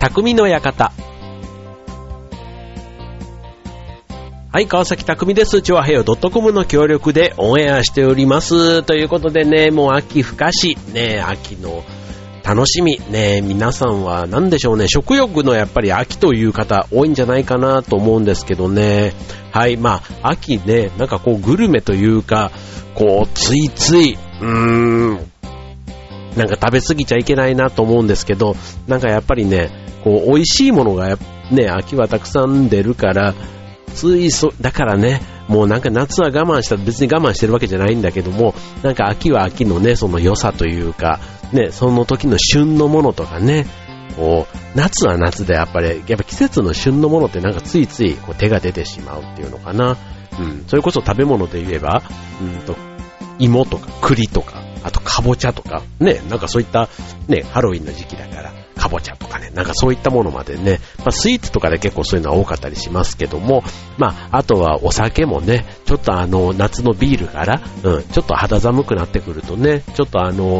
匠の館。はい、川崎匠です。ちょわへよ .com の協力でオンエアしております。ということでね、もう秋深し、ね、秋の楽しみ、ね、皆さんは何でしょうね、食欲のやっぱり秋という方多いんじゃないかなと思うんですけどね。はい、まあ、秋ね、なんかこうグルメというか、こう、ついつい、なんか食べ過ぎちゃいけないなと思うんですけど、なんかやっぱりね、こう、美味しいものがね、秋はたくさん出るから、だからね、もうなんか夏は我慢したら別に我慢してるわけじゃないんだけども、なんか秋は秋のね、その良さというか、ね、その時の旬のものとかね、こう、夏は夏でやっぱ季節の旬のものってなんかついついこう手が出てしまうっていうのかな。それこそ食べ物で言えば、芋とか栗とか、あとかぼちゃとか、ね、なんかそういったね、ハロウィンの時期だから、かぼちゃとかね、なんかそういったものまでね、まあスイーツとかで結構そういうのは多かったりしますけども、まああとはお酒もね、ちょっと夏のビールから、ちょっと肌寒くなってくるとね、ちょっと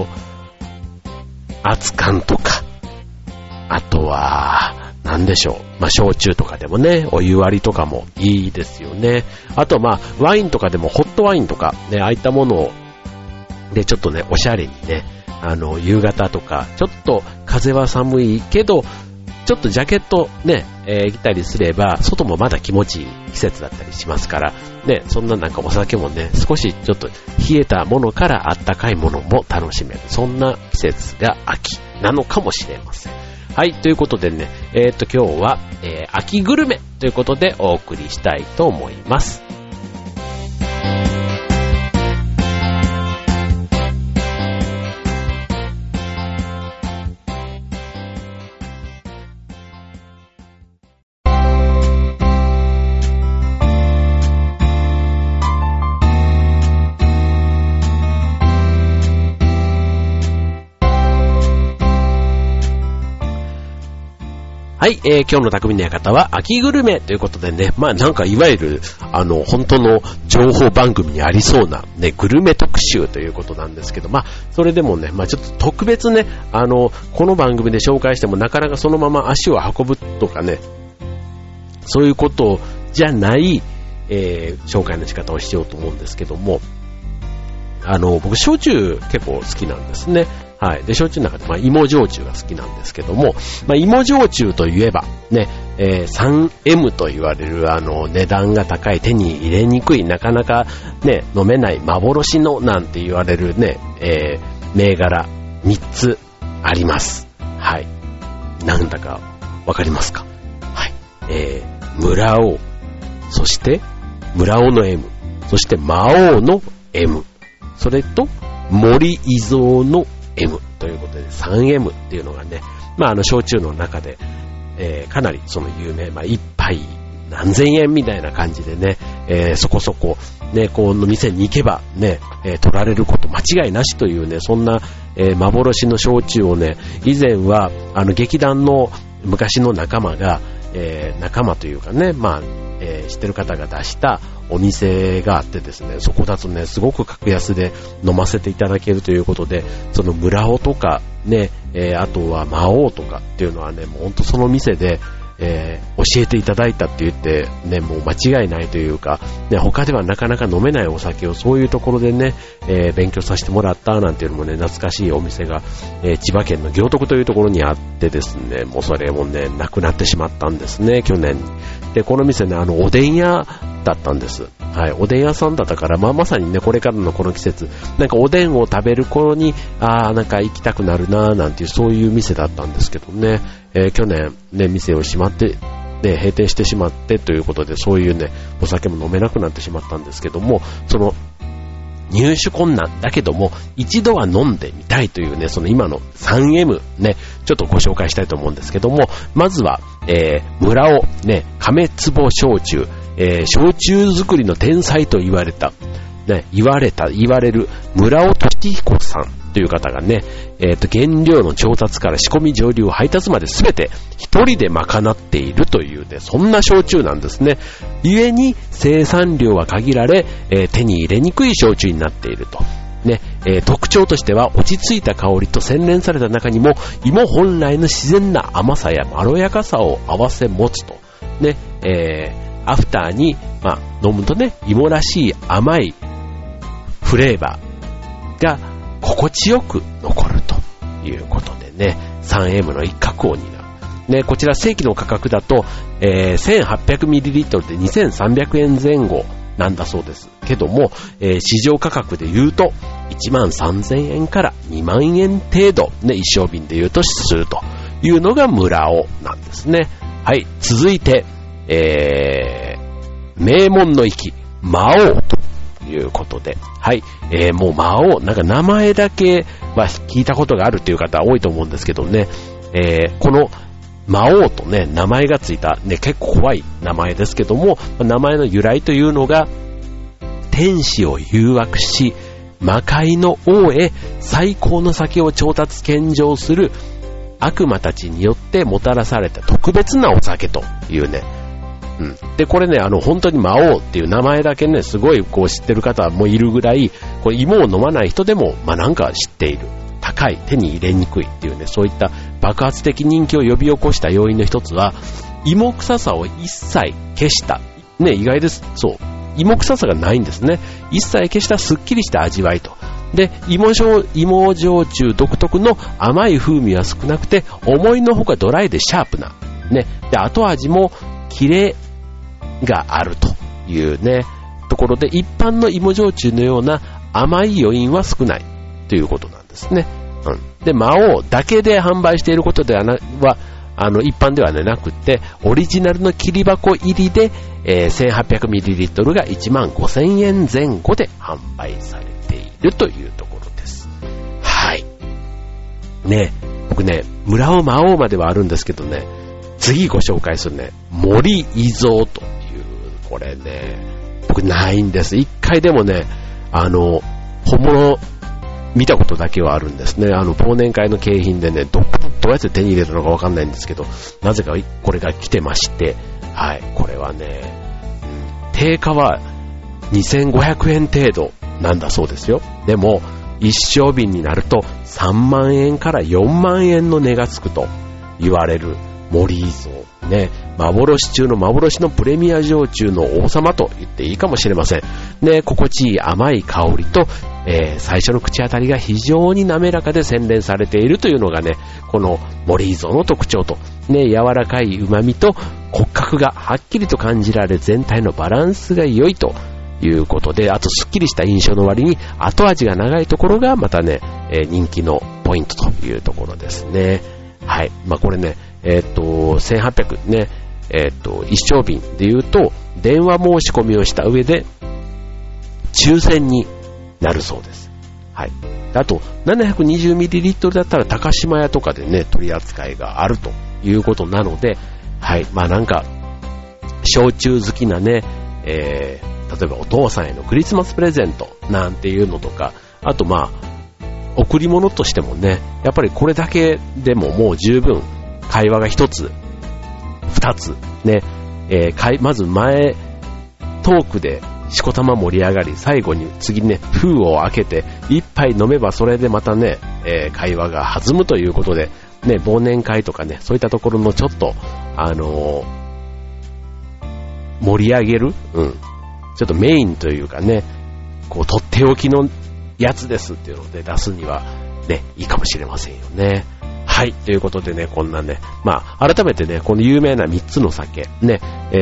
熱燗とか、あとはなんでしょう、まあ焼酎とかでもね、お湯割りとかもいいですよね。あとまあワインとかでもホットワインとかね、ああいったものをでちょっとねおしゃれにね、夕方とかちょっと風は寒いけどちょっとジャケットね、着たりすれば外もまだ気持ちいい季節だったりしますからね、そんななんかお酒もね少しちょっと冷えたものからあったかいものも楽しめる、そんな季節が秋なのかもしれません。はい、ということでね、今日は、秋グルメということでお送りしたいと思います。はい、今日の匠の館は秋グルメということでね、まあなんかいわゆる本当の情報番組にありそうなねグルメ特集ということなんですけど、まあそれでもね、まあちょっと特別ねこの番組で紹介してもなかなかそのまま足を運ぶとかね、そういうことじゃない、紹介の仕方をしようと思うんですけども、僕焼酎結構好きなんですね。はい。で、焼酎の中で、まあ、芋焼酎が好きなんですけども、まあ、芋焼酎といえば、ね、3M と言われる、値段が高い、手に入れにくい、なかなかね、飲めない幻のなんて言われるね、銘柄3つあります。はい。なんだかわかりますか？はい。村尾、そして、村尾の M、そして魔王の M、それと、森伊蔵のM ということで 3M っていうのがね、まあ焼酎の中で、かなりその有名、まあ一杯何千円みたいな感じでね、そこそこね、この店に行けばね、取られること間違いなしというね、そんな、幻の焼酎をね、以前は劇団の昔の仲間が、仲間というかね、まあ、知ってる方が出したお店があってですね、そこだとねすごく格安で飲ませていただけるということで、その村尾とかね、あとは魔王とかっていうのはね、もうほんとその店で、教えていただいたって言ってね、もう間違いないというか、ね、他ではなかなか飲めないお酒をそういうところでね、勉強させてもらったなんていうのもね、懐かしいお店が、千葉県の行徳というところにあってですね、もうそれもねなくなってしまったんですね、去年で。この店ね、おでん屋だったんです。はい、おでん屋さんだったから、まあ、まさにねこれからのこの季節、なんかおでんを食べる頃になんか行きたくなるななんていう、そういう店だったんですけどね、去年ね店を閉まってね、閉店してしまってということで、そういうねお酒も飲めなくなってしまったんですけども、その入手困難だけども一度は飲んでみたいというね、その今の 3M ね、ちょっとご紹介したいと思うんですけども、まずは、村尾ね、亀壺焼酎、焼酎作りの天才と言われたね、言われる村尾俊彦さんという方がね、原料の調達から仕込み蒸留配達まで全て一人で賄っているというね、そんな焼酎なんですね。故に生産量は限られ、手に入れにくい焼酎になっていると。ね、特徴としては落ち着いた香りと洗練された中にも芋本来の自然な甘さやまろやかさを合わせ持つと。ね、アフターに、飲むとね、芋らしい甘いフレーバーが心地よく残るということでね、3M の一角を担う。ね、こちら正規の価格だと、1800ml で2300円前後なんだそうですけども、市場価格で言うと13000円から2万円程度、ね、一升瓶で言うとするというのが村尾なんですね。はい、続いて、名門の域魔王ということで、はい、もう魔王、なんか名前だけは聞いたことがあるという方多いと思うんですけどね、この魔王とね、名前がついた、ね、結構怖い名前ですけども、名前の由来というのが、天使を誘惑し、魔界の王へ最高の酒を調達献上する悪魔たちによってもたらされた特別なお酒というね、で、これね、本当に魔王っていう名前だけね、すごいこう知ってる方もいるぐらい、これ芋を飲まない人でも、なんか知っている。高い、手に入れにくいっていうね、そういった爆発的人気を呼び起こした要因の一つは、芋臭さを一切消した。ね、意外です。そう。芋臭さがないんですね。一切消したすっきりした味わいと。で、芋焼酎独特の甘い風味は少なくて、思いのほかドライでシャープな。ね。で、後味も綺麗があるというね、ところで、一般の芋焼酎のような甘い余韻は少ないということなんですね。で、魔王だけで販売していることでは一般ではなくて、オリジナルの切り箱入りで、1800ml が15000円前後で販売されているというところです。はい。ね、僕ね、村尾魔王まではあるんですけどね、次ご紹介するね、森伊蔵という、これね、僕ないんです。一回でもね、本物見たことだけはあるんですね。忘年会の景品でね、どうやって手に入れたのかわかんないんですけど、なぜかこれが来てまして、はい、これはね、定価は2500円程度なんだそうですよ。でも、一升瓶になると3万円から4万円の値がつくと言われる森伊蔵。ね、幻中の幻のプレミア焼酎の王様と言っていいかもしれません。ね、心地いい甘い香りと、最初の口当たりが非常に滑らかで洗練されているというのがね、この森伊蔵の特徴と、ね、柔らかい旨味と骨格がはっきりと感じられ、全体のバランスが良いということで、あとスッキリした印象の割に後味が長いところがまたね、人気のポイントというところですね。はい。これね、1800ね、一升瓶で言うと、電話申し込みをした上で、抽選になるそうです。はい。あと、720ml だったら高島屋とかでね、取り扱いがあるということなので、はい。なんか、焼酎好きなね、例えばお父さんへのクリスマスプレゼントなんていうのとか、あと贈り物としてもね、やっぱりこれだけでももう十分会話が一つ、二つ、ね、まず前、トークでしこたま盛り上がり、最後に次ね、封を開けて、一杯飲めばそれでまたね、会話が弾むということで、ね、忘年会とかね、そういったところのちょっと、盛り上げる、ちょっとメインというかね、こう、とっておきのやつですっていうので出すには、ね、いいかもしれませんよね。はい。ということでね、こんなね、改めてね、この有名な3つの酒、ね、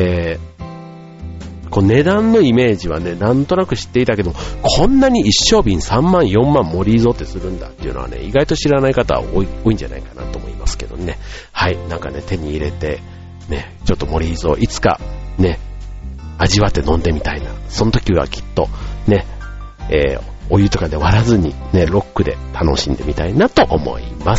こう値段のイメージはね、なんとなく知っていたけど、こんなに一升瓶3万4万森伊蔵ってするんだっていうのはね、意外と知らない方は多いんじゃないかなと思いますけどね。はい。なんかね、手に入れて、ね、ちょっと森伊蔵いつかね、味わって飲んでみたいな。その時はきっとね、お湯とかで割らずにね、ロックで楽しんでみたいなと思います。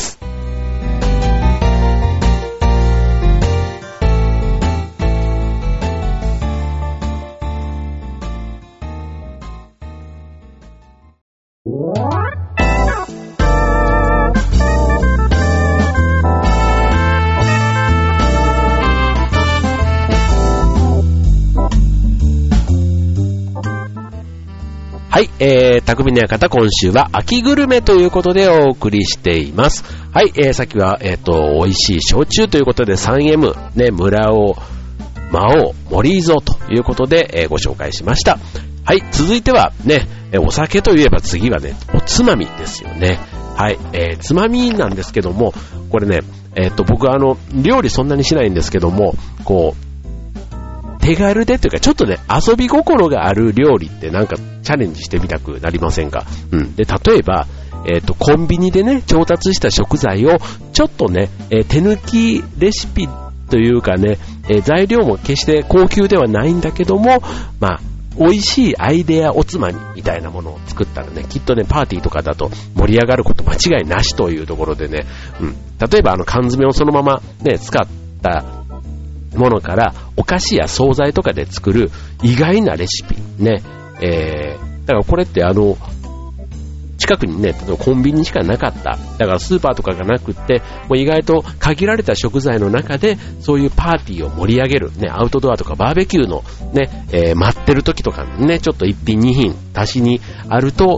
はい、匠の館今週は秋グルメということでお送りしています。はい、さっきは、美味しい焼酎ということで 3M、ね、村尾、魔王、森伊蔵ということで、ご紹介しました。はい、続いてはね、お酒といえば次はね、おつまみですよね。はい、つまみなんですけども、これね、僕は料理そんなにしないんですけども、こう、手軽でというか、ちょっとね、遊び心がある料理ってなんかチャレンジしてみたくなりませんか？うん。で、例えば、コンビニでね、調達した食材を、ちょっとね、手抜きレシピというかね、材料も決して高級ではないんだけども、まあ、美味しいアイデアおつまみみたいなものを作ったらね、きっとね、パーティーとかだと盛り上がること間違いなしというところでね、うん。例えば缶詰をそのままね、使ったものからお菓子や惣菜とかで作る意外なレシピね、だからこれって近くにね、コンビニしかなかった。だからスーパーとかがなくって、もう意外と限られた食材の中で、そういうパーティーを盛り上げる。ね、アウトドアとかバーベキューのね、待ってる時とかにね、ちょっと一品二品足しにあると、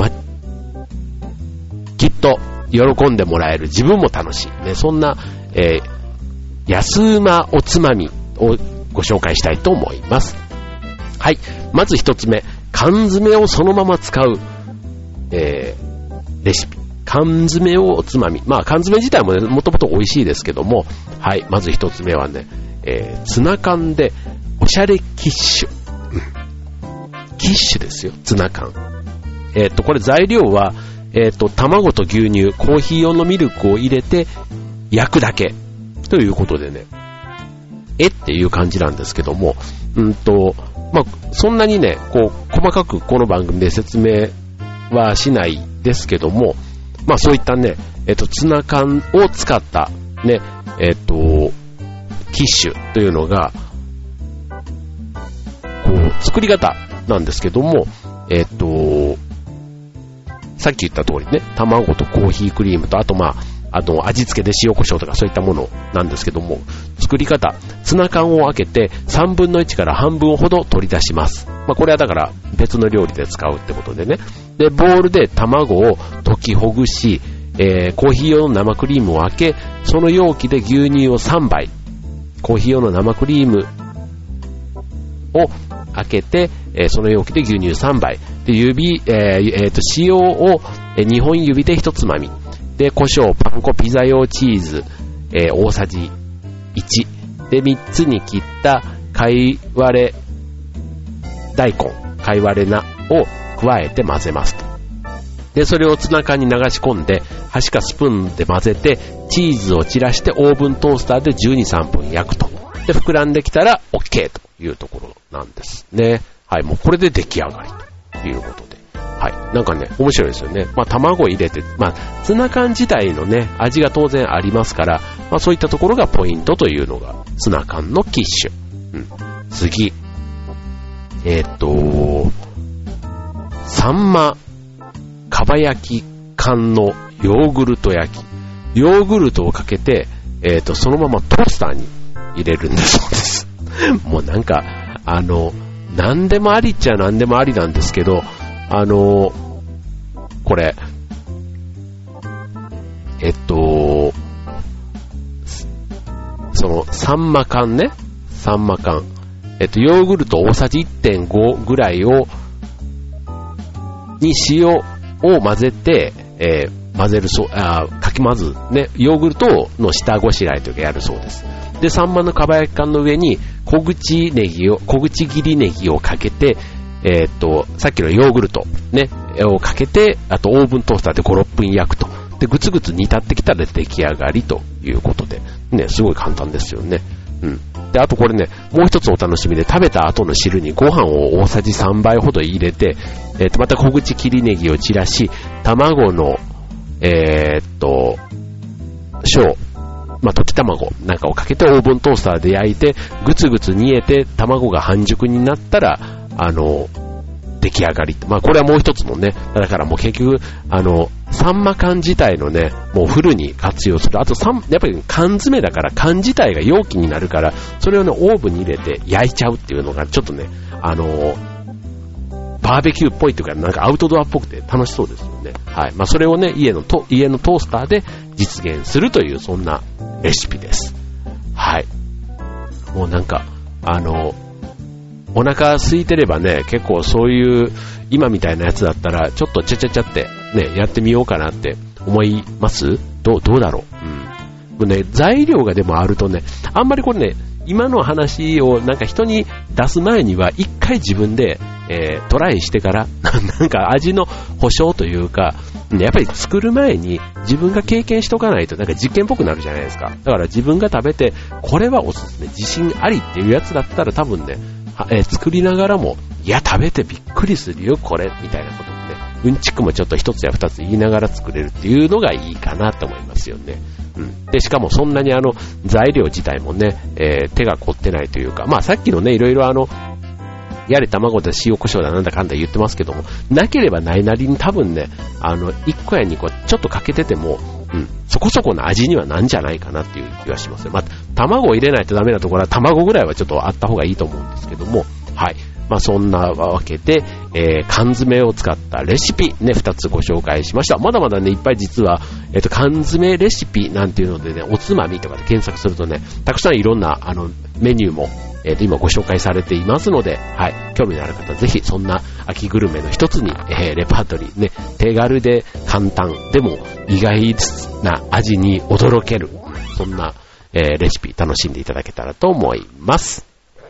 きっと喜んでもらえる。自分も楽しい。ね、そんな、安うまおつまみをご紹介したいと思います。はい。まず一つ目。缶詰をそのまま使う。レシピ。缶詰をおつまみ。まあ缶詰自体もね、もともと美味しいですけども、はい、まず一つ目はね、ツナ缶でおしゃれキッシュ。キッシュですよ、ツナ缶。これ材料は、卵と牛乳、コーヒー用のミルクを入れて焼くだけ。ということでね、っていう感じなんですけども、まあ、そんなにね、こう、細かくこの番組で説明はしないですけども、まあそういったね、ツナ缶を使ったね、キッシュというのが、こう、作り方なんですけども、さっき言った通りね、卵とコーヒークリームと、あとまあ、味付けで塩コショウとかそういったものなんですけども、作り方、ツナ缶を開けて3分の1から半分ほど取り出します。まあこれはだから別の料理で使うってことでね。で、ボウルで卵を溶きほぐし、コーヒー用の生クリームを開け、その容器で牛乳を3杯、コーヒー用の生クリームを開けて、その容器で牛乳3杯で塩を2本指で1つまみで、胡椒、パン粉、ピザ用チーズ、大さじ1で、3つに切った貝割れ大根、貝割れ菜を加えて混ぜますと。で、それをツナ缶に流し込んで、箸かスプーンで混ぜて、チーズを散らしてオーブントースターで12、3分焼くと。で、膨らんできたら OK というところなんですね。はい、もうこれで出来上がりということで。はい。なんかね、面白いですよね。まあ、卵入れて、まあ、ツナ缶自体のね、味が当然ありますから、まあ、そういったところがポイントというのが、ツナ缶のキッシュ。うん。次。サンマ、かば焼き缶のヨーグルト焼き。ヨーグルトをかけて、そのままトースターに入れるんだそうです。もうなんか、何でもありっちゃ何でもありなんですけど、これ、その、サンマ缶ね、サンマ缶。ヨーグルト大さじ 1.5 ぐらいに塩を混ぜて、混ぜるそう、かき混ぜね、ヨーグルトの下ごしらえというかやるそうです。で、サンマのかば焼き缶の上に小口切りネギをかけて、さっきのヨーグルトね、をかけて、あとオーブントースターで5、6分焼くと。で、ぐつぐつ煮立ってきたら出来上がりということで、ね、すごい簡単ですよね。うん。で、あとこれね、もう一つお楽しみで、食べた後の汁にご飯を大さじ3杯ほど入れて、また小口切りネギを散らし、卵の、溶き卵なんかをかけてオーブントースターで焼いて、ぐつぐつ煮えて、卵が半熟になったら、出来上がり。まあこれはもう一つのね、だからもう結局、サンマ缶自体のね、もうフルに活用する。あとやっぱり缶詰だから缶自体が容器になるから、それをね、オーブンに入れて焼いちゃうっていうのが、ちょっとね、 バーベキューっぽいというか、なんかアウトドアっぽくて楽しそうですよね。はい。まあ、それをね、家のトースターで実現するという、そんなレシピです。はい。もうなんか、お腹空いてればね、結構そういう、今みたいなやつだったら、ちょっとちゃちゃちゃってね、やってみようかなって思います？どうだろう。ね、材料がでもあるとね、あんまりこれね、今の話をなんか人に出す前には一回自分で、トライしてからなんか味の保証というか、やっぱり作る前に自分が経験しとかないとなんか実験っぽくなるじゃないですか。だから自分が食べてこれはおすすめ、自信ありっていうやつだったら多分ね、作りながらも、いや食べてびっくりするよこれみたいなこともね、うんちくもちょっと一つや二つ言いながら作れるっていうのがいいかなと思いますよね。でしかもそんなに材料自体もね、手が凝ってないというか、まあさっきのね、いろいろやれ卵で塩コショウだなんだかんだ言ってますけども、なければないなりに多分ね、1個や2個ちょっとかけてても、そこそこの味にはなんじゃないかなっていう気はしますよ。まあ、卵を入れないとダメなところは卵ぐらいはちょっとあった方がいいと思うんですけども、はい。まあそんなわけで、缶詰を使ったレシピね、2つご紹介しました。まだまだね、いっぱい実は、缶詰レシピなんていうのでね、おつまみとかで検索するとね、たくさんいろんなメニューも、今ご紹介されていますので、はい、興味のある方はぜひそんな秋グルメの一つに、レパートリーね、手軽で簡単でも意外な味に驚ける、そんな、レシピ楽しんでいただけたらと思います。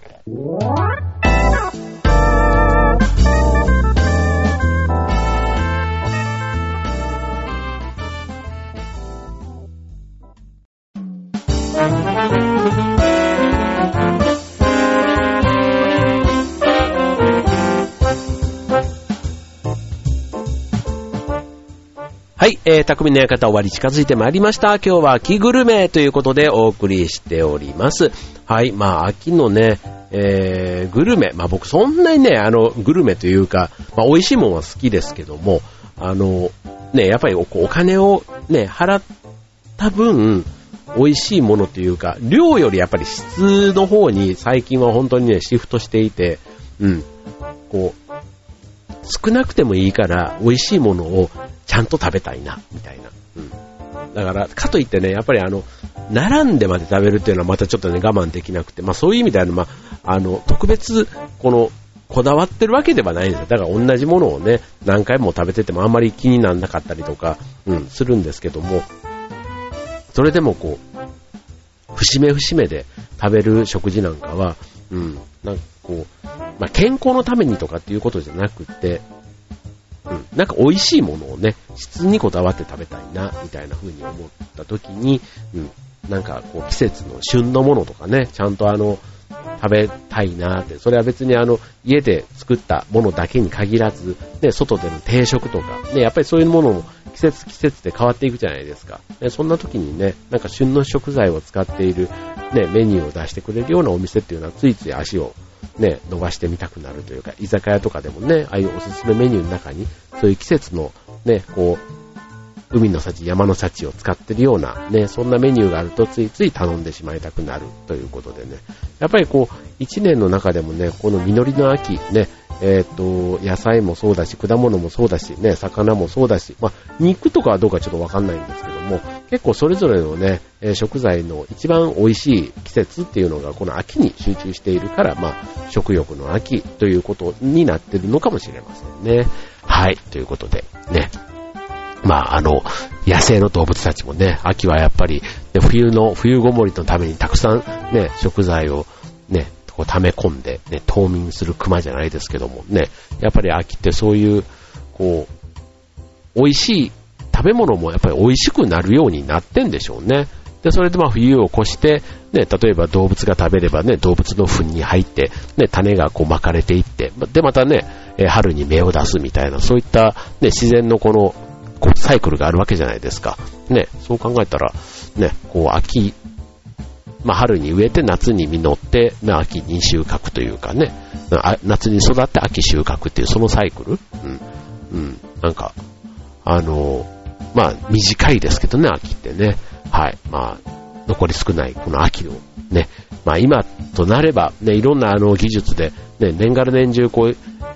はい、匠の館終わり近づいてまいりました。今日は秋グルメということでお送りしております。はい、まあ秋のね、グルメ、まあ僕そんなにね、グルメというか、まあ美味しいものは好きですけども、ね、やっぱりお金をね、払った分、美味しいものというか、量よりやっぱり質の方に最近は本当にね、シフトしていて、こう、少なくてもいいから美味しいものをちゃんと食べたいな、みたいな。だから、かといってね、やっぱり並んでまで食べるっていうのはまたちょっとね、我慢できなくて、まあそういう意味では、特別、こだわってるわけではないんですよ。だから同じものをね、何回も食べててもあんまり気にならなかったりとか、するんですけども、それでもこう、節目節目で食べる食事なんかは、なんかこう、まあ健康のためにとかっていうことじゃなくて、なんか美味しいものをね、質にこだわって食べたいな、みたいな風に思った時に、なんかこう季節の旬のものとかね、ちゃんと食べたいなって、それは別に家で作ったものだけに限らず、ね、外での定食とか、ね、やっぱりそういうものも季節で変わっていくじゃないですか。ね、そんな時にね、なんか旬の食材を使っている、ね、メニューを出してくれるようなお店っていうのはついつい足をね、伸ばしてみたくなるというか、居酒屋とかでもね、ああいうおすすめメニューの中に、そういう季節のね、こう、海の幸、山の幸を使ってるようなね、そんなメニューがあるとついつい頼んでしまいたくなるということでね、やっぱりこう、一年の中でもね、この実りの秋、ね、野菜もそうだし、果物もそうだし、ね、魚もそうだし、まあ、肉とかはどうかちょっとわかんないんですけども、結構それぞれのね、食材の一番美味しい季節っていうのがこの秋に集中しているから、まあ、食欲の秋ということになってるのかもしれませんね。はい、ということで、ね。まあ、野生の動物たちもね、秋はやっぱり、ね、冬ごもりのためにたくさんね、食材をね、こう溜め込んで、ね、冬眠する熊じゃないですけどもね、やっぱり秋ってそういう、こう、美味しい食べ物もやっぱり美味しくなるようになってんでしょうね。で、それでまあ冬を越して、ね、例えば動物が食べればね、動物の糞に入って、ね、種がこう巻かれていって、で、またね、春に芽を出すみたいな、そういった、ね、自然のこの、サイクルがあるわけじゃないですか。ね、そう考えたら、ね、こう秋、まあ春に植えて夏に実って、まあ秋に収穫というかね、夏に育って秋収穫っていうそのサイクル、なんか、まあ短いですけどね、秋ってね。はい。まあ、残り少ないこの秋をね、まあ今となればね、いろんな技術でね、年がら年中こう、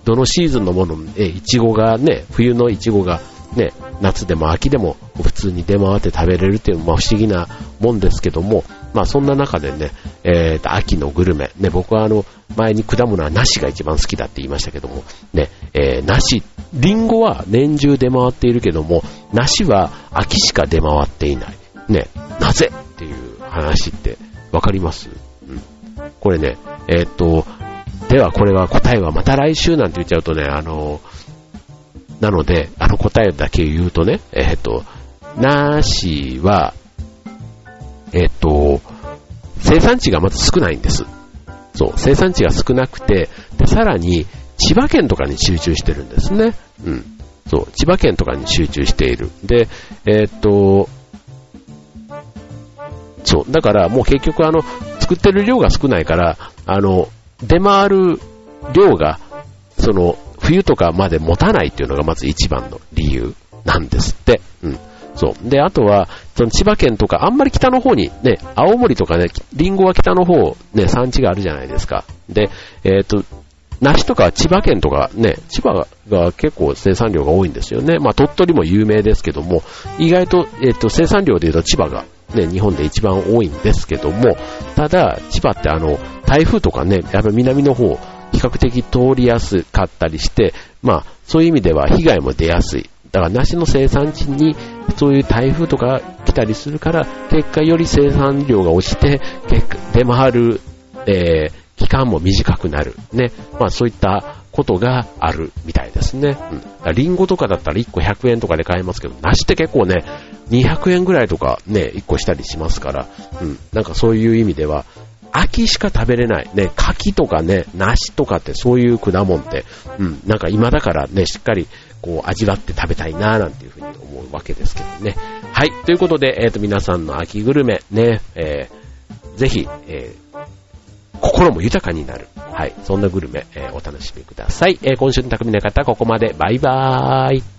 どのシーズンのもの、イチゴがね、冬のイチゴがね、夏でも秋でも普通に出回って食べれるっていうのも不思議なもんですけども、まあそんな中でね、秋のグルメ、ね、僕は前に果物は梨が一番好きだって言いましたけども、ね、梨、リンゴは年中出回っているけども、梨は秋しか出回っていない。ね、なぜっていう話ってわかります？うん。これね、ではこれは答えはまた来週なんて言っちゃうとね、なので、答えだけ言うとね、梨は、生産地がまず少ないんです。そう、生産地が少なくて、で、さらに、千葉県とかに集中してるんですね。うん。そう、千葉県とかに集中している。で、そう、だからもう結局作ってる量が少ないから、出回る量が、冬とかまで持たないっていうのがまず一番の理由なんですって。うん。そう。で、あとは、千葉県とか、あんまり北の方に、ね、青森とかね、リンゴは北の方、ね、産地があるじゃないですか。で、梨とか千葉県とかね、千葉が結構生産量が多いんですよね。まあ、鳥取も有名ですけども、意外と、生産量で言うと千葉が、ね、日本で一番多いんですけども、ただ、千葉って台風とかね、やっぱ南の方、比較的通りやすかったりして、まあ、そういう意味では被害も出やすい。だから梨の生産地にそういう台風とか来たりするから、結果より生産量が落ちて、出回る、期間も短くなる。ね。まあそういったことがあるみたいですね。うん。リンゴとかだったら1個100円とかで買えますけど、梨って結構ね、200円ぐらいとかね、1個したりしますから、うん。なんかそういう意味では、秋しか食べれない。ね、柿とかね、梨とかってそういう果物って、うん、なんか今だからね、しっかりこう味わって食べたいななんていうふうに思うわけですけどね。はい、ということで、皆さんの秋グルメね、ぜひ、心も豊かになる。はい、そんなグルメ、お楽しみください。今週の匠の方、ここまで。バイバーイ。